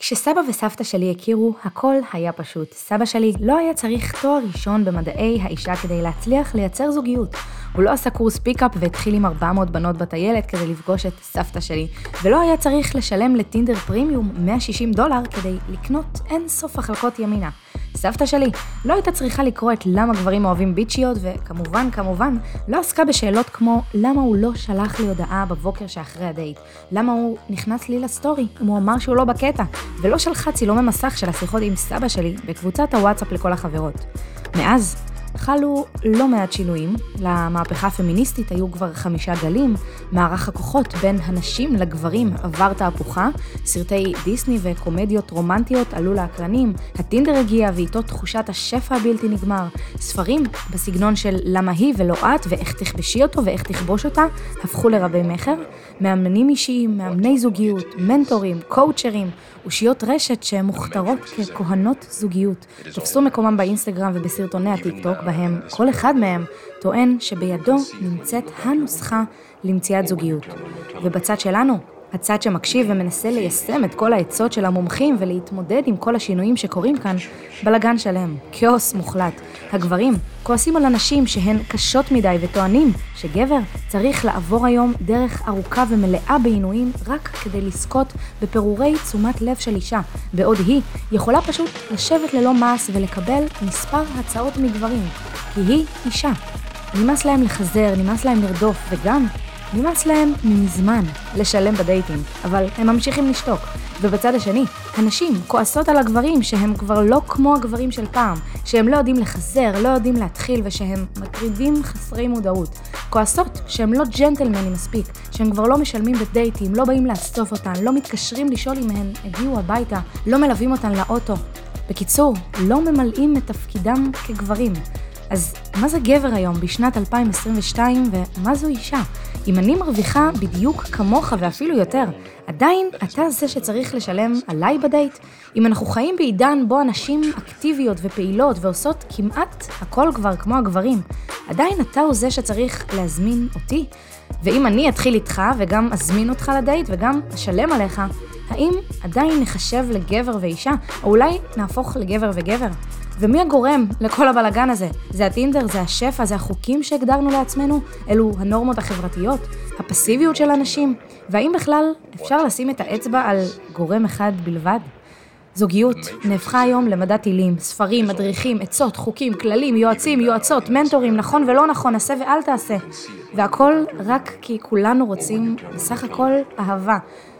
כשסבא וסבתא שלי הכירו, הכל היה פשוט. סבא שלי לא היה צריך תואר ראשון במדעי האישה כדי להצליח לייצר זוגיות. הוא לא עשה קורס פיקאפ והתחיל עם 400 בנות בטיילת כדי לפגוש את סבתא שלי, ולא היה צריך לשלם לטינדר פרימיום $160 כדי לקנות אין סוף החלקות ימינה. סבתא שלי לא הייתה צריכה לקרוא את למה גברים אוהבים ביצ'יות, וכמובן, לא עסקה בשאלות כמו למה הוא לא שלח לי הודעה בבוקר שאחרי הדייט, למה הוא נכנס לי לסטורי, אם הוא אמר שהוא לא בקטע, ולא שלחה צילומי מסך של השיחות עם סבא שלי בקבוצת הוואטסאפ לכל החברות. מאז חלו לא מעט שינויים, למהפכה הפמיניסטית היו כבר 5 גלים, מערך הכוחות בין הנשים לגברים עבר תהפוכה, סרטי דיסני וקומדיות רומנטיות עלו לאקרנים, הטינדר הגיע ואיתו תחושת השפע הבלתי נגמר, ספרים בסגנון של למה היא ולא את ואיך תכבשי אותו ואיך תכבוש אותה, הפכו לרבי מחר, מאמנים אישיים, מאמני זוגיות, מנטורים, קואוצ'רים, אושיות רשת שמוכתרות ככהנות זוגיות, תפסו מקומם באינסטגרם ובסרטוני הטיקטוק, בהם כל אחד מהם טוען שבידו נמצאת הנוסחה למציאת זוגיות. ובצד שלנו, הצד שמקשיב ומנסה ליישם את כל העצות של המומחים ולהתמודד עם כל השינויים שקורים כאן, בלגן שלם, כאוס מוחלט. הגברים כועסים על אנשים שהן קשות מדי וטוענים שגבר צריך לעבור היום דרך ארוכה ומלאה בעינויים רק כדי לזכות בפירורי תשומת לב של אישה, בעוד היא יכולה פשוט לשבת ללא מס ולקבל מספר הצעות מגברים, כי היא אישה. נמאס להם לחזר, נמאס להם לרדוף וגם נמאס להם מזמן לשלם בדייטים, אבל הם ממשיכים לשתוק. ובצד השני, הנשים כועסות על הגברים שהם כבר לא כמו הגברים של פעם, שהם לא יודעים לחזר, לא יודעים להתחיל ושהם מטרידים חסרי מודעות. כועסות שהם לא ג'נטלמנים מספיק, שהם כבר לא משלמים בדייטים, לא באים לאסוף אותן, לא מתקשרים לשאול אם הן הגיעו הביתה, לא מלווים אותן לאוטו. בקיצור, לא ממלאים את תפקידם כגברים. אז מה זה גבר היום בשנת 2022 ומה זו אישה? אם אני מרוויחה בדיוק כמוך ואפילו יותר, עדיין אתה זה שצריך לשלם עליי בדייט? אם אנחנו חיים בעידן בו אנשים אקטיביות ופעילות ועושות כמעט הכל כבר כמו הגברים, עדיין אתה הוא זה שצריך להזמין אותי? ואם אני אתחיל איתך וגם אזמין אותך לדייט וגם אשלם עליך, האם עדיין נחשב לגבר ואישה? או אולי נהפוך לגבר וגבר? ומי הגורם לכל הבלגן הזה? זה הטינדר, זה השפע, זה החוקים שהגדרנו לעצמנו? אלו הנורמות החברתיות, הפסיביות של אנשים? והאם בכלל אפשר לשים את האצבע על גורם אחד בלבד? זוגיות נהפכה היום למדע טילים, ספרים, מדריכים, עצות, חוקים, כללים, יועצים, יועצות, מנטורים, נכון ולא נכון, עשה ואל תעשה. והכל רק כי כולנו רוצים בסך הכל אהבה.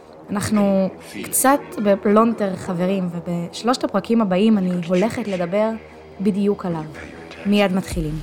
אנחנו קצת בפלונטר חברים, ובשלושת הפרקים הבאים אני הולכת לדבר בדיוק עליו. מיד מתחילים.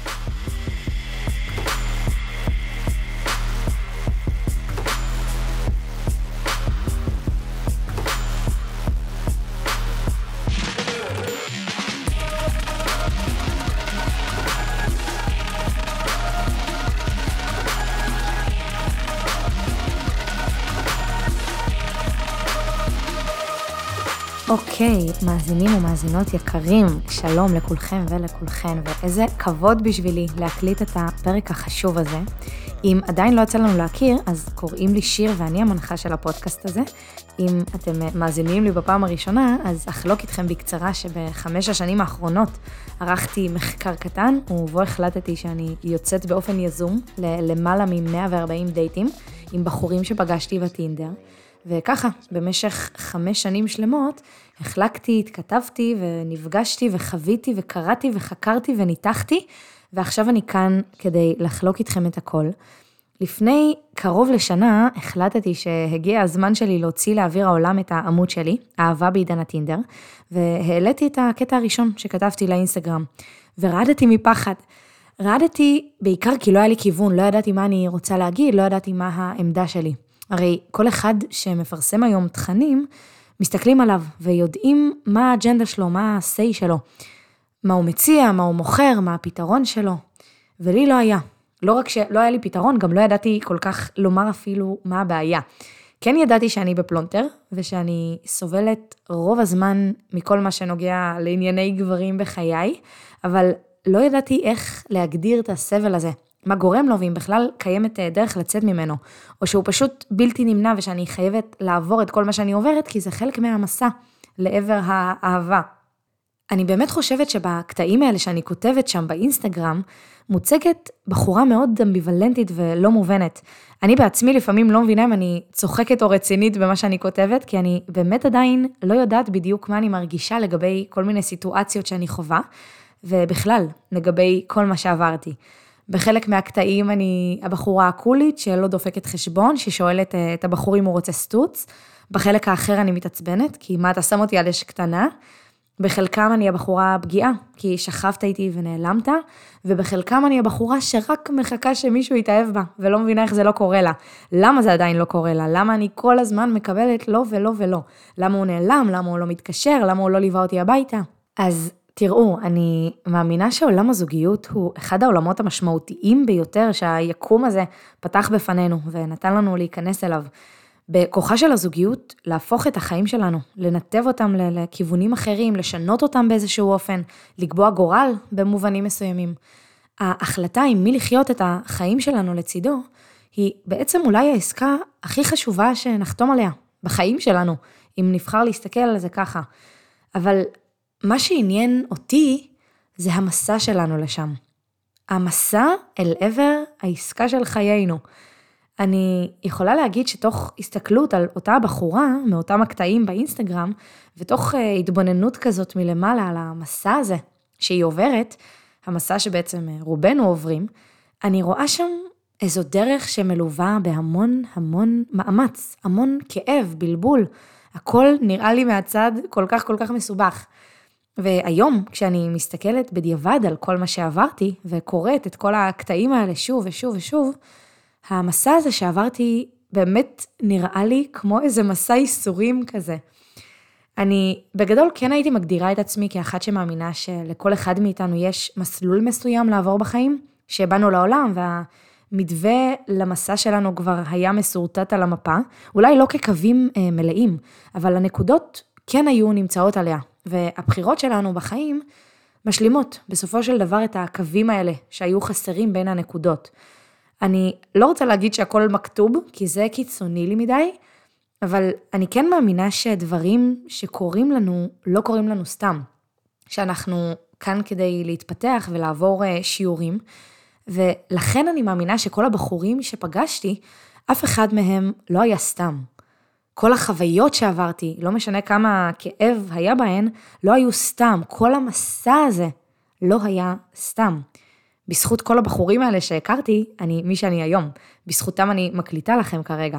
אוקיי, מאזינים ומאזינות יקרים, שלום לכולכם ולכולכן, ואיזה כבוד בשבילי להקליט את הפרק החשוב הזה. אם עדיין לא יצא לנו להכיר, אז קוראים לי שיר ואני המנחה של הפודקאסט הזה. אם אתם מאזינים לי בפעם הראשונה, אז אחלוק איתכם בקצרה שב5 השנים האחרונות ערכתי מחקר קטן, ובו החלטתי שאני יוצאת באופן יזום למעלה מ140 דייטים עם בחורים שפגשתי בטינדר. וככה, במשך 5 שנים שלמות, החלקתי, התכתבתי ונפגשתי וחוויתי וקראתי וחקרתי וניתחתי, ועכשיו אני כאן כדי לחלוק איתכם את הכל. לפני קרוב לשנה החלטתי שהגיע הזמן שלי להוציא לאוויר העולם את העמוד שלי, אהבה בעידן הטינדר, והעליתי את הקטע הראשון שכתבתי לאינסטגרם, ורעדתי מפחד. רעדתי בעיקר כי לא היה לי כיוון, לא ידעתי מה אני רוצה להגיד, לא ידעתי מה העמדה שלי. הרי כל אחד שמפרסם היום תכנים, מסתכלים עליו ויודעים מה האג'נדה שלו, מה ה-say שלו, מה הוא מציע, מה הוא מוכר, מה הפתרון שלו. ולי לא היה. לא רק שלא היה לי פתרון, גם לא ידעתי כל כך לומר אפילו מה הבעיה. כן ידעתי שאני בפלונטר, ושאני סובלת רוב הזמן מכל מה שנוגע לענייני גברים בחיי, אבל לא ידעתי איך להגדיר את הסבל הזה. מה גורם לו, ואם בכלל קיימת דרך לצאת ממנו, או שהוא פשוט בלתי נמנע, ושאני חייבת לעבור את כל מה שאני עוברת, כי זה חלק מהמסע לעבר האהבה. אני באמת חושבת שבקטעים האלה שאני כותבת שם באינסטגרם, מוצגת בחורה מאוד אמביוולנטית ולא מובנת. אני בעצמי לפעמים לא מבינה אם אני צוחקת או רצינית במה שאני כותבת, כי אני באמת עדיין לא יודעת בדיוק מה אני מרגישה לגבי כל מיני סיטואציות שאני חווה, ובכלל, לגבי כל מה שעברתי. בחלק מהקטעים אני הבחורה הקולית שלא דופקת חשבון, ששואלת את הבחור אם הוא רוצה סטוץ. בחלק האחר אני מתעצבנת, כי מה אתה שם אותי על אש קטנה? בחלקם אני הבחורה הפגיעה, כי שכבת איתי ונעלמת, ובחלקם אני הבחורה שרק מחכה שמישהו יתאהב בה, ולא מבינה איך זה לא קורה לה. למה זה עדיין לא קורה לה? למה אני כל הזמן מקבלת לא ולא ולא? למה הוא נעלם? למה הוא לא מתקשר? למה הוא לא ליווה אותי הביתה? אז תראו, אני מאמינה שעולם הזוגיות הוא אחד העולמות המשמעותיים ביותר שהיקום הזה פתח בפנינו, ונתן לנו להיכנס אליו. בכוחה של הזוגיות, להפוך את החיים שלנו, לנתב אותם לכיוונים אחרים, לשנות אותם באיזשהו אופן, לקבוע גורל במובנים מסוימים. ההחלטה עם מי לחיות את החיים שלנו לצידו, היא בעצם אולי העסקה הכי חשובה שנחתום עליה, בחיים שלנו, אם נבחר להסתכל על זה ככה. אבל מה שעניין אותי, זה המסע שלנו לשם. המסע אל עבר העסקה של חיינו. אני יכולה להגיד שתוך הסתכלות על אותה בחורה, מאותם הקטעים באינסטגרם, ותוך התבוננות כזאת מלמעלה על המסע הזה שהיא עוברת, המסע שבעצם רובנו עוברים, אני רואה שם איזו דרך שמלווה בהמון המון מאמץ, המון כאב, בלבול, הכל נראה לי מהצד כל כך מסובך. והיום כשאני מסתכלת בדיעבד על כל מה שעברתי, וקוראת את כל הקטעים האלה שוב ושוב ושוב, המסע הזה שעברתי באמת נראה לי כמו איזה מסע ייסורים כזה. אני בגדול כן הייתי מגדירה את עצמי כאחת שמאמינה שלכל אחד מאיתנו יש מסלול מסוים לעבור בחיים, שבאנו לעולם והמתווה למסע שלנו כבר היה מסורטט על המפה, אולי לא כקווים מלאים, אבל הנקודות כן היו נמצאות עליה, והבחירות שלנו בחיים משלימות בסופו של דבר את הקווים האלה שהיו חסרים בין הנקודות. אני לא רוצה להגיד שהכל מכתוב, כי זה קיצוני לי מדי, אבל אני כן מאמינה שדברים שקורים לנו, לא קורים לנו סתם. שאנחנו כאן כדי להתפתח ולעבור שיעורים, ולכן אני מאמינה שכל הבחורים שפגשתי, אף אחד מהם לא היה סתם. כל החוויות שעברתי, לא משנה כמה כאב היה בהן, לא היו סתם. כל המסע הזה לא היה סתם. בזכות כל הבחורים האלה שהכרתי, אני מי שאני היום. בזכותם אני מקליטה לכם כרגע.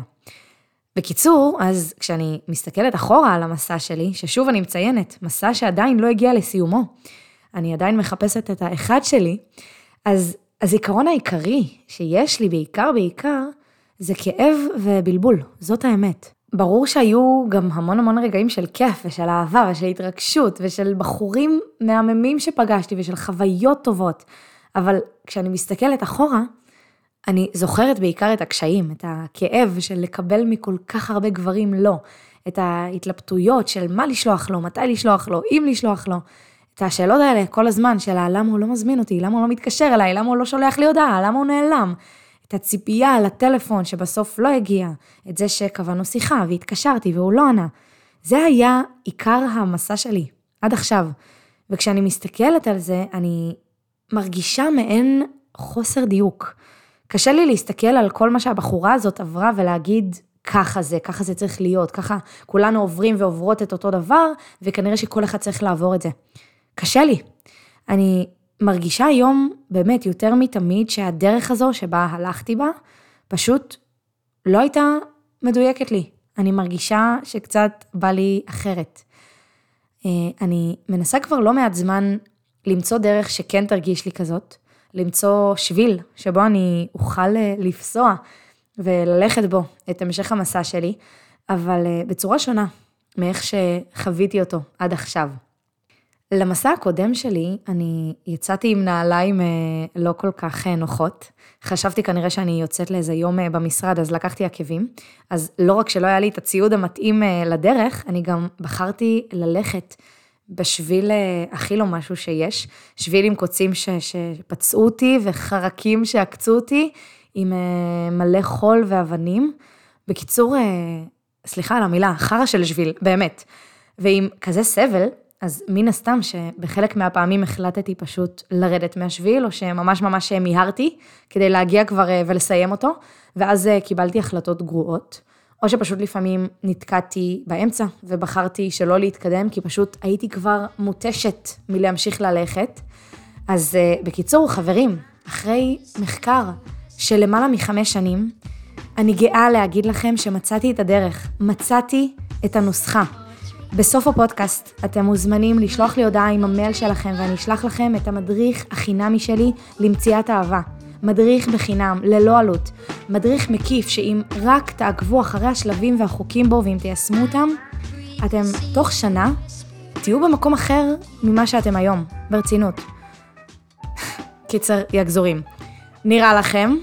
בקיצור, אז כשאני מסתכלת אחורה על המסע שלי, ששוב אני מציינת, מסע שעדיין לא הגיע לסיומו, אני עדיין מחפשת את האחד שלי, אז הזיכרון העיקרי שיש לי בעיקר, זה כאב ובלבול, זאת האמת. ברור שהיו גם המון רגעים של כיף ושל אהבה ושל התרגשות ושל בחורים מהממים שפגשתי ושל חוויות טובות, אבל כשאני מסתכלת אחורה, אני זוכרת בעיקר את הקשיים, את הכאב של לקבל מכל כך הרבה גברים לא, את ההתלבטויות של מה לשלוח לו, מתי לשלוח לו, אם לשלוח לו, את השאלות האלה כל הזמן של למה הוא לא מזמין אותי, למה הוא לא מתקשר אליי, למה הוא לא שולח לי הודעה, למה הוא נעלם, את הציפייה על הטלפון שבסוף לא הגיע, את זה שקבענו שיחה והתקשרתי והוא לא ענה. זה היה עיקר המסע שלי, עד עכשיו. וכשאני מסתכלת על זה, אני מרגישה מעין חוסר דיוק. קשה לי להסתכל על כל מה שהבחורה הזאת עברה ולהגיד, ככה זה צריך להיות, ככה כולנו עוברים ועוברות את אותו דבר, וכנראה שכל אחד צריך לעבור את זה. קשה לי. אני מרגישה היום באמת יותר מתמיד שהדרך הזו שבה הלכתי בה, פשוט לא הייתה מדויקת לי. אני מרגישה שקצת בא לי אחרת. אני מנסה כבר לא מעט זמן למצוא דרך שכן תרגיש לי כזאת, למצוא שביל שבו אני אוכל לפסוע וללכת בו את המשך המסע שלי, אבל בצורה שונה מאיך שחוויתי אותו עד עכשיו. למסע הקודם שלי, אני יצאתי עם נעליים לא כל כך נוחות. חשבתי כנראה שאני יוצאת לאיזה יום במשרד, אז לקחתי עקבים. אז לא רק שלא היה לי את הציוד המתאים לדרך, אני גם בחרתי ללכת בשביל הכי לא משהו שיש, שביל עם קוצים שפצעו אותי וחרקים שעקצו אותי, עם מלא חול ואבנים. בקיצור, סליחה על המילה, חרא של שביל, באמת. ועם כזה סבל, אז מן הסתם שבחלק מהפעמים החלטתי פשוט לרדת מהשביל, או שממש ממש מיהרתי, כדי להגיע כבר ולסיים אותו, ואז קיבלתי החלטות גרועות, או שפשוט לפעמים נתקעתי באמצע, ובחרתי שלא להתקדם, כי פשוט הייתי כבר מותשת מלהמשיך ללכת. אז בקיצור, חברים, אחרי מחקר של למעלה מ5 שנים, אני גאה להגיד לכם שמצאתי את הדרך, מצאתי את הנוסחה. בסוף הפודקאסט אתם מוזמנים לשלוח לי הודעה עם המייל שלכם, ואני אשלח לכם את המדריך החינמי שלי למציאת אהבה. מדריך בחינם, ללא עלות. מדריך מקיף שאם רק תעקבו אחרי השלבים והחוקים בו ואם תיישמו אותם, אתם תוך שנה תהיו במקום אחר ממה שאתם היום, ברצינות. קיצר, יגזורים. נראה לכם?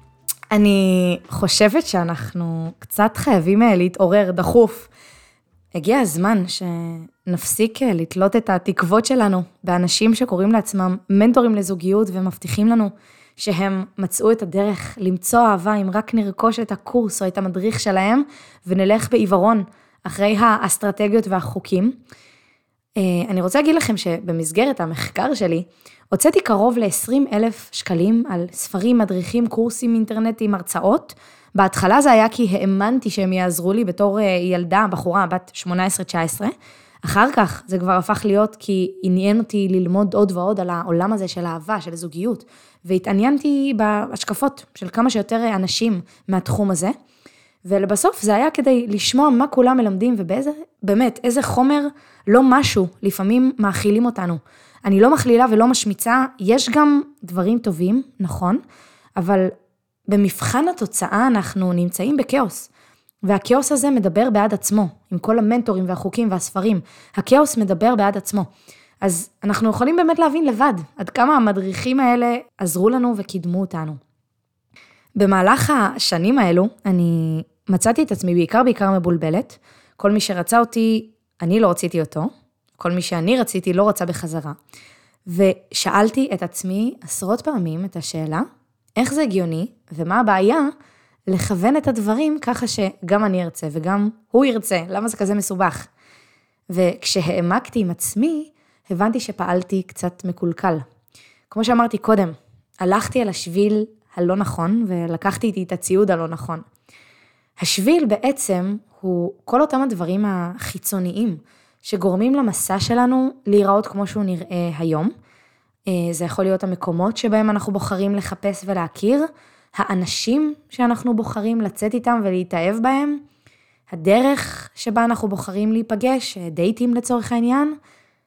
אני חושבת שאנחנו קצת חייבים להתעורר דחוף. הגיע הזמן שנפסיק לתלות את התקוות שלנו באנשים שקוראים לעצמם מנטורים לזוגיות ומבטיחים לנו שהם מצאו את הדרך למצוא אהבה אם רק נרכוש את הקורס או את המדריך שלהם ונלך בעיוורון אחרי האסטרטגיות והחוקים. אני רוצה להגיד לכם שבמסגרת המחקר שלי הוצאתי קרוב ל-20,000 שקלים על ספרים, מדריכים, קורסים אינטרנטיים, הרצאות. בהתחלה זה היה כי האמנתי שהם יעזרו לי בתור ילדה, בחורה, בת 18-19. אחר כך זה כבר הפך להיות כי עניין אותי ללמוד עוד ועוד על העולם הזה של אהבה, של זוגיות, והתעניינתי בהשקפות של כמה שיותר אנשים מהתחום הזה, ולבסוף זה היה כדי לשמוע מה כולם מלמדים, ובאיזה, באמת, איזה חומר לא משהו, לפעמים מאכילים אותנו. אני לא מכלילה ולא משמיצה, יש גם דברים טובים, נכון, אבל במבחן התוצאה אנחנו נמצאים בקאוס, והקאוס הזה מדבר בעד עצמו, עם כל המנטורים והחוקים והספרים, הקאוס מדבר בעד עצמו. אז אנחנו יכולים באמת להבין לבד, עד כמה המדריכים האלה עזרו לנו וקידמו אותנו. במהלך השנים האלו, אני מצאתי את עצמי בעיקר מבולבלת, כל מי שרצה אותי, אני לא רציתי אותו, כל מי שאני רציתי לא רצה בחזרה, ושאלתי את עצמי עשרות פעמים את השאלה, איך זה הגיוני ומה הבעיה לכוון את הדברים ככה שגם אני ארצה וגם הוא ירצה, למה זה כזה מסובך? וכשהעמקתי עם עצמי, הבנתי שפעלתי קצת מקולקל. כמו שאמרתי קודם, הלכתי על השביל הלא נכון ולקחתי איתי את הציוד הלא נכון. השביל בעצם הוא כל אותם הדברים החיצוניים שגורמים למסע שלנו להיראות כמו שהוא נראה היום. זה יכול להיות המקומות שבהם אנחנו בוחרים לחפש ולהכיר, האנשים שאנחנו בוחרים לצאת איתם ולהתאהב בהם, הדרך שבה אנחנו בוחרים להיפגש, דייטים לצורך העניין,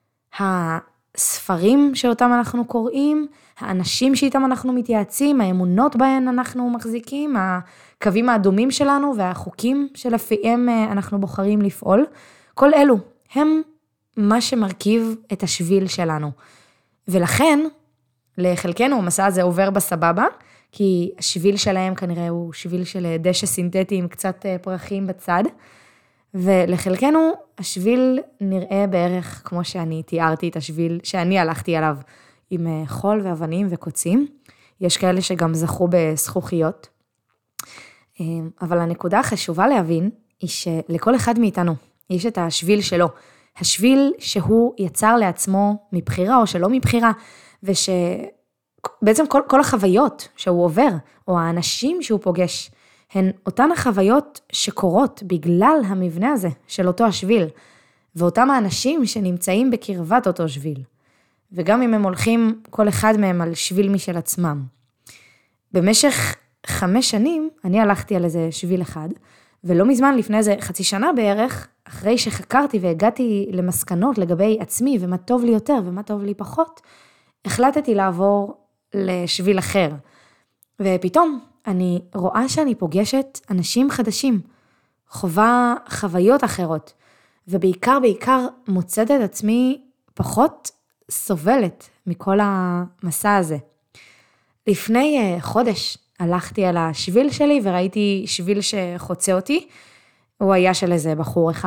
הספרים שאותם אנחנו קוראים, האנשים שאיתם אנחנו מתייעצים, האמונות בהן אנחנו מחזיקים, הקווים האדומים שלנו והחוקים שלפיהם אנחנו בוחרים לפעול, כל אלו הם מה שמרכיב את השביל שלנו. ולכן, לחלקנו המסע הזה עובר בסבבה, כי השביל שלהם כנראה הוא שביל של דשא סינתטי עם קצת פרחים בצד, ולחלקנו השביל נראה בערך כמו שאני תיארתי את השביל שאני הלכתי עליו, עם חול ואבנים וקוצים. יש כאלה שגם זכו בזכוכיות. אבל הנקודה החשובה להבין היא שלכל אחד מאיתנו יש את השביל שלו, השביל שהוא יצר לעצמו מבחירה או שלא מבחירה, ושבעצם כל החוויות שהוא עובר, או האנשים שהוא פוגש, הן אותן החוויות שקורות בגלל המבנה הזה של אותו השביל, ואותם האנשים שנמצאים בקרבת אותו שביל, וגם אם הם הולכים כל אחד מהם על שביל משל עצמם. במשך 5 שנים אני הלכתי על איזה שביל אחד, ולא מזמן לפני איזה חצי שנה בערך, אחרי שחקרתי והגעתי למסקנות לגבי עצמי ומה טוב לי יותר ומה טוב לי פחות, החלטתי לעבור לשביל אחר. ופתאום אני רואה שאני פוגשת אנשים חדשים, חווה חוויות אחרות, ובעיקר מוצאת את עצמי פחות סובלת מכל המסע הזה. לפני חודש הלכתי על השביל שלי וראיתי שביל שחוצה אותי, הוא היה של איזה בחור אחד,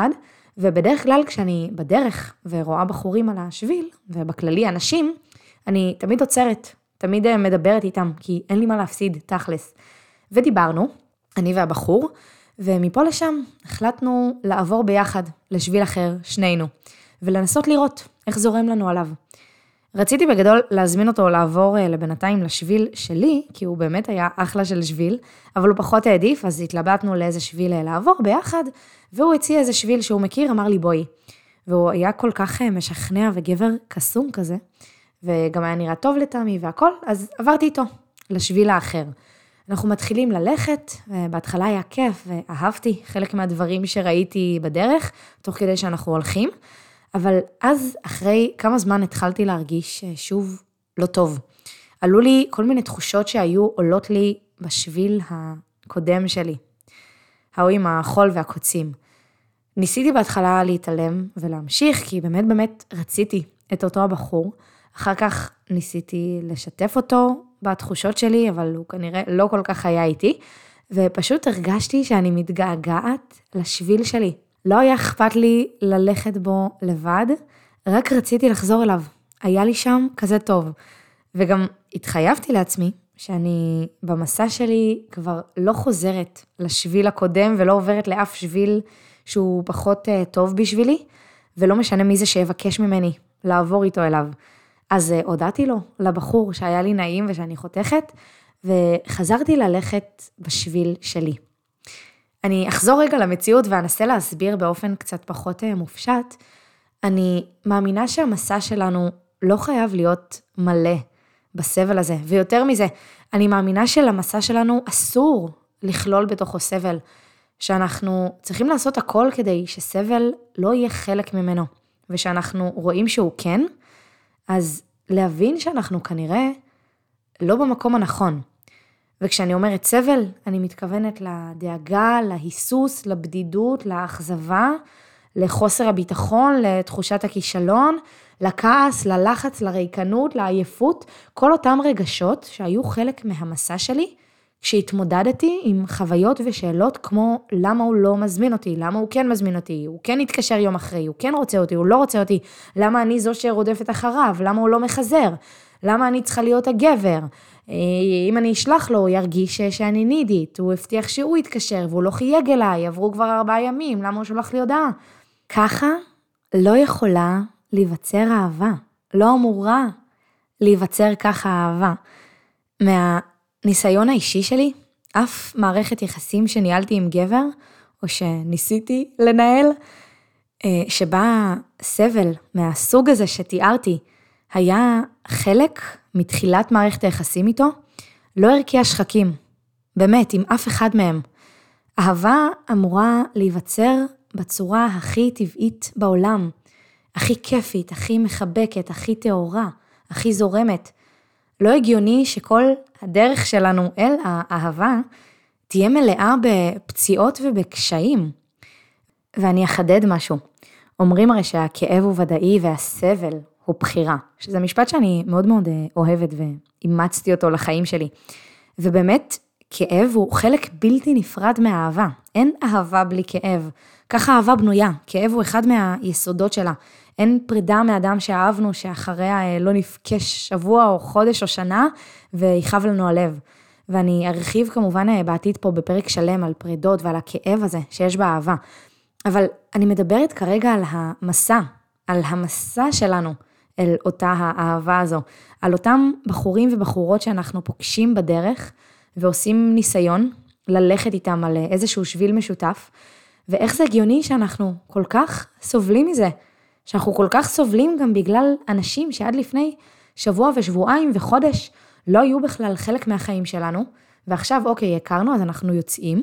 ובדרך כלל כשאני בדרך ורואה בחורים על השביל, ובכללי אנשים, אני תמיד עוצרת, תמיד מדברת איתם, כי אין לי מה להפסיד, תכלס. ודיברנו, אני והבחור, ומפה לשם החלטנו לעבור ביחד לשביל אחר, שנינו, ולנסות לראות איך זורם לנו עליו. רציתי בגדול להזמין אותו לעבור לבינתיים לשביל שלי, כי הוא באמת היה אחלה של שביל, אבל הוא פחות העדיף, אז התלבטנו לאיזה שביל לעבור ביחד, והוא הציע איזה שביל שהוא מכיר, אמר לי בואי. והוא היה כל כך משכנע וגבר קסום כזה, וגם היה נראה טוב לטעמי והכל, אז עברתי איתו לשביל האחר. אנחנו מתחילים ללכת, ובהתחלה היה כיף, ואהבתי חלק מהדברים שראיתי בדרך, תוך כדי שאנחנו הולכים, אבל אז אחרי כמה זמן התחלתי להרגיש שוב לא טוב. עלו לי כל מיני תחושות שהיו עולות לי בשביל הקודם שלי. ההוא עם החול והקוצים. ניסיתי בהתחלה להתעלם ולהמשיך, כי באמת רציתי את אותו הבחור. אחר כך ניסיתי לשתף אותו בתחושות שלי, אבל הוא כנראה לא כל כך היה איתי, ופשוט הרגשתי שאני מתגעגעת לשביל שלי. לא היה אכפת לי ללכת בו לבד, רק רציתי לחזור אליו. היה לי שם כזה טוב. וגם התחייבתי לעצמי שאני במסע שלי כבר לא חוזרת לשביל הקודם, ולא עוברת לאף שביל שהוא פחות טוב בשבילי, ולא משנה מי זה שיבקש ממני לעבור איתו אליו. אז הודעתי לו, לבחור שהיה לי נעים ושאני חותכת, וחזרתי ללכת בשביל שלי. אני אחזור רגע למציאות ואנסה להסביר באופן קצת פחות מופשט. אני מאמינה שהמסע שלנו לא חייב להיות מלא בסבל הזה, ויותר מזה, אני מאמינה שלמסע שלנו אסור לכלול בתוכו סבל, שאנחנו צריכים לעשות הכל כדי שסבל לא יהיה חלק ממנו, ושאנחנו רואים שהוא כן, אז להבין שאנחנו כנראה לא במקום הנכון. וכשאני אומרת סבל, אני מתכוונת לדאגה, להיסוס, לבדידות, לאכזבה, לחוסר הביטחון, לתחושת הכישלון, לכעס, ללחץ, לריקנות, לעייפות, כל אותם רגשות שהיו חלק מהמסע שלי, כשהתמודדתי עם חוויות ושאלות כמו למה הוא לא מזמין אותי, למה הוא כן מזמין אותי, הוא כן יתקשר יום אחרי, הוא כן רוצה אותי, הוא לא רוצה אותי, למה אני זו שרודפת אחריו, למה הוא לא מחזר, למה אני צריכה להיות הגבר, אם אני אשלח לו הוא ירגיש שאני נידית, הוא הבטיח שהוא יתקשר והוא לא חייג אליי, עברו כבר 4 ימים, למה הוא שולח לי הודעה? ככה לא יכולה להיווצר אהבה, לא אמורה להיווצר ככה אהבה. מהניסיון האישי שלי, אף מערכת יחסים שניהלתי עם גבר, או שניסיתי לנהל, שבה סבל מהסוג הזה שתיארתי, היה חלק מתחילת מערכת היחסים איתו, לא הרקיע שחקים, באמת, עם אף אחד מהם. אהבה אמורה להיווצר בצורה הכי טבעית בעולם, הכי כיפית, הכי מחבקת, הכי טהורה, הכי זורמת. לא הגיוני שכל הדרך שלנו אל האהבה תהיה מלאה בפציעות ובקשיים. ואני אחדד משהו. אומרים הרי שהכאב הוא ודאי והסבל הוא בחירה, שזה משפט שאני מאוד מאוד אוהבת ואימצתי אותו לחיים שלי. ובאמת, כאב הוא חלק בלתי נפרד מהאהבה. אין אהבה בלי כאב. ככה אהבה בנויה. כאב הוא אחד מהיסודות שלה. אין פרידה מאדם שאהבנו שאחריה לא נפגש שבוע או חודש או שנה ויחב לנו הלב. ואני ארחיב כמובן בעתיד פה בפרק שלם על פרידות ועל הכאב הזה שיש באהבה. אבל אני מדברת כרגע על המסע שלנו אל אותה האהבה הזו, על אותם בחורים ובחורות שאנחנו פוגשים בדרך ועושים ניסיון ללכת איתם על איזשהו שביל משותף, ואיך זה הגיוני שאנחנו כל כך סובלים מזה, שאנחנו כל כך סובלים גם בגלל אנשים שעד לפני שבוע ושבועיים וחודש לא היו בכלל חלק מהחיים שלנו, ועכשיו אוקיי, הכרנו, אז אנחנו יוצאים,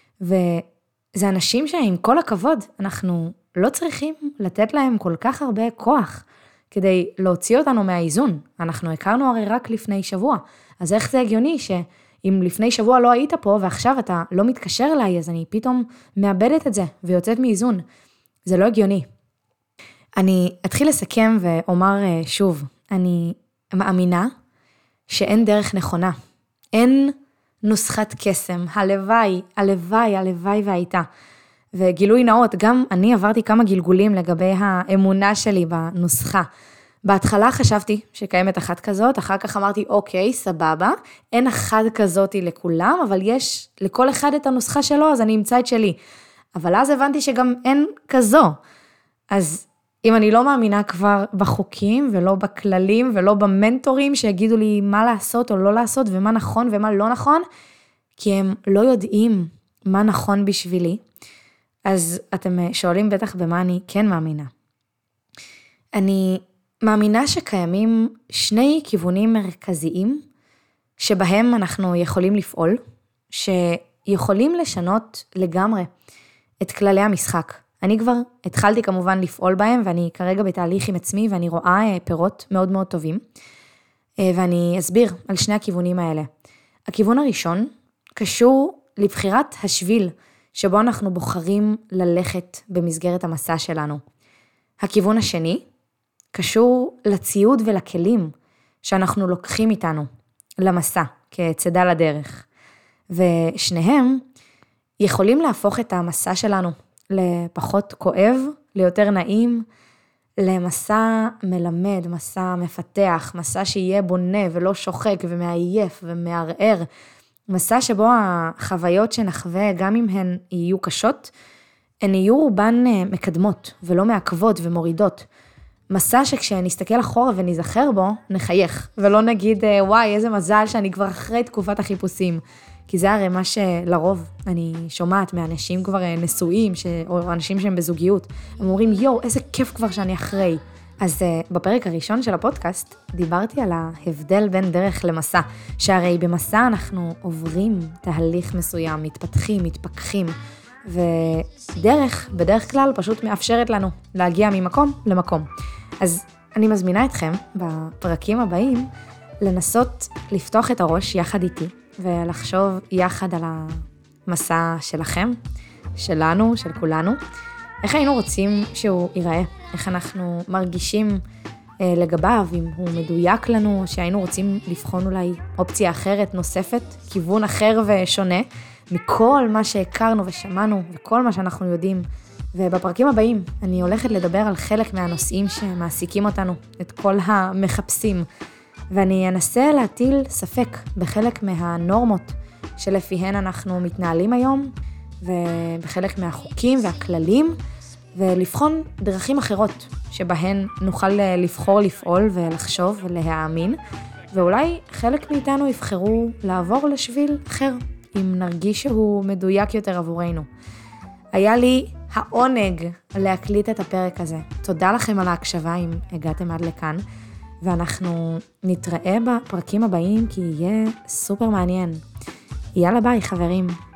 וזה אנשים שעם כל הכבוד, אנחנו לא צריכים לתת להם כל כך הרבה כוח, כדי להוציא אותנו מהאיזון. אנחנו הכרנו הרי רק לפני שבוע, אז איך זה הגיוני שאם לפני שבוע לא היית פה, ועכשיו אתה לא מתקשר אליי, אז אני פתאום מאבדת את זה, ויוצאת מאיזון. זה לא הגיוני. אני אתחיל לסכם ואומר שוב, אני מאמינה שאין דרך נכונה. אין נוסחת קסם, הלוואי והייתה. וגילוי נאות, גם אני עברתי כמה גלגולים לגבי האמונה שלי בנוסחה. בהתחלה חשבתי שקיימת אחת כזאת, אחר כך אמרתי, אוקיי, סבבה, אין אחת כזאת לכולם, אבל יש לכל אחד את הנוסחה שלו, אז אני אמצא את שלי. אבל אז הבנתי שגם אין כזו. אז אם אני לא מאמינה כבר בחוקים, ולא בכללים, ולא במנטורים שיגידו לי מה לעשות או לא לעשות, ומה נכון ומה לא נכון, כי הם לא יודעים מה נכון בשבילי, אז אתם שואלים בטח במה אני כן מאמינה. אני מאמינה שקיימים שני כיוונים מרכזיים, שבהם אנחנו יכולים לפעול, שיכולים לשנות לגמרי את כללי המשחק. אני כבר התחלתי כמובן לפעול בהם, ואני כרגע בתהליך עם עצמי, ואני רואה פירות מאוד מאוד טובים, ואני אסביר על שני הכיוונים האלה. הכיוון הראשון קשור לבחירת השביל, שבו אנחנו בוחרים ללכת במסגרת המסע שלנו. הכיוון השני קשור לציוד ולכלים שאנחנו לוקחים איתנו למסע כצדה לדרך. ושניהם יכולים להפוך את המסע שלנו לפחות כואב, ליותר נעים, למסע מלמד, מסע מפתח, מסע שיהיה בונה ולא שוחק ומעייף ומערער, מסע שבו החוויות שנחווה, גם אם הן יהיו קשות, הן יהיו רובן מקדמות ולא מעכבות ומורידות. מסע שכשנסתכל אחורה ונזכר בו, נחייך, ולא נגיד, וואי, איזה מזל שאני כבר אחרי תקופת החיפושים. כי זה הרי מה שלרוב אני שומעת מאנשים כבר נשואים, או אנשים שהם בזוגיות. הם אומרים, יו, איזה כיף כבר שאני אחרי. אז בפרק הראשון של הפודקאסט דיברתי על ההבדל בין דרך למסע, שהרי במסע אנחנו עוברים תהליך מסוים, מתפתחים, מתפכחים, ודרך, בדרך כלל פשוט מאפשרת לנו להגיע ממקום למקום. אז אני מזמינה אתכם בפרקים הבאים לנסות לפתוח את הראש יחד איתי, ולחשוב יחד על המסע שלכם, שלנו, של כולנו, איך היינו רוצים שהוא ייראה, איך אנחנו מרגישים לגביו, אם הוא מדויק לנו, שהיינו רוצים לבחון אולי אופציה אחרת, נוספת, כיוון אחר ושונה, מכל מה שהכרנו ושמענו, וכל מה שאנחנו יודעים. ובפרקים הבאים אני הולכת לדבר על חלק מהנושאים שמעסיקים אותנו, את כל המחפשים, ואני אנסה להטיל ספק בחלק מהנורמות שלפיהן אנחנו מתנהלים היום, ובחלק מהחוקים והכללים, ולבחון דרכים אחרות שבהן נוכל לבחור לפעול ולחשוב ולהאמין, ואולי חלק מאיתנו יבחרו לעבור לשביל אחר, אם נרגיש שהוא מדויק יותר עבורנו. היה לי העונג להקליט את הפרק הזה. תודה לכם על ההקשבה אם הגעתם עד לכאן, ואנחנו נתראה בפרקים הבאים כי יהיה סופר מעניין. יאללה ביי חברים.